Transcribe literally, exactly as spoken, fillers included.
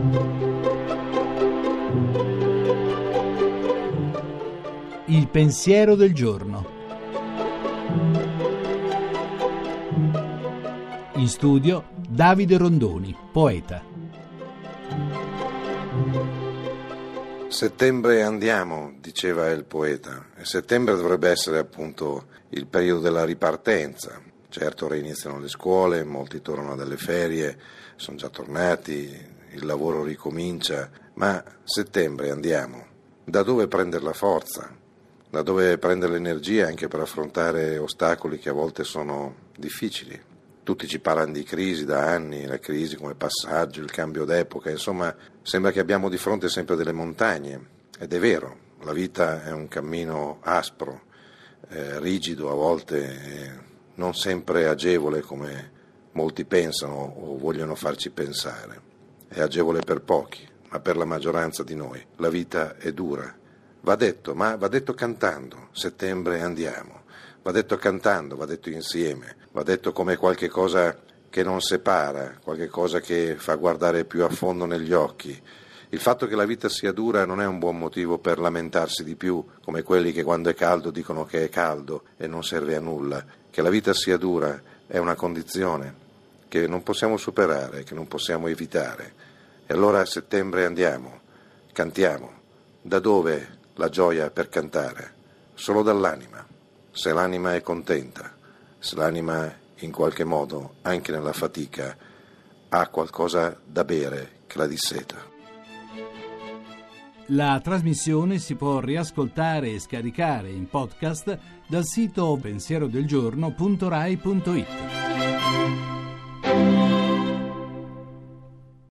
Il pensiero del giorno. In studio Davide Rondoni, poeta. Settembre andiamo, diceva il poeta, e settembre dovrebbe essere appunto il periodo della ripartenza. Certo, reiniziano le scuole, molti tornano dalle ferie, sono già tornati, il lavoro ricomincia, ma settembre andiamo. Da dove prendere la forza? Da dove prendere l'energia anche per affrontare ostacoli che a volte sono difficili? Tutti ci parlano di crisi da anni, la crisi come passaggio, il cambio d'epoca, insomma sembra che abbiamo di fronte sempre delle montagne, ed è vero, la vita è un cammino aspro, eh, rigido a volte, eh, non sempre agevole come molti pensano o vogliono farci pensare, è agevole per pochi, ma per la maggioranza di noi la vita è dura. Va detto, ma va detto cantando, settembre andiamo, va detto cantando, va detto insieme, va detto come qualche cosa che non separa, qualche cosa che fa guardare più a fondo negli occhi. Il fatto che la vita sia dura non è un buon motivo per lamentarsi di più, come quelli che quando è caldo dicono che è caldo e non serve a nulla. Che la vita sia dura è una condizione che non possiamo superare, che non possiamo evitare. E allora a settembre andiamo, cantiamo. Da dove la gioia per cantare? Solo dall'anima. Se l'anima è contenta, se l'anima in qualche modo, anche nella fatica, ha qualcosa da bere che la disseta. La trasmissione si può riascoltare e scaricare in podcast dal sito pensierodelgiorno punto rai punto it.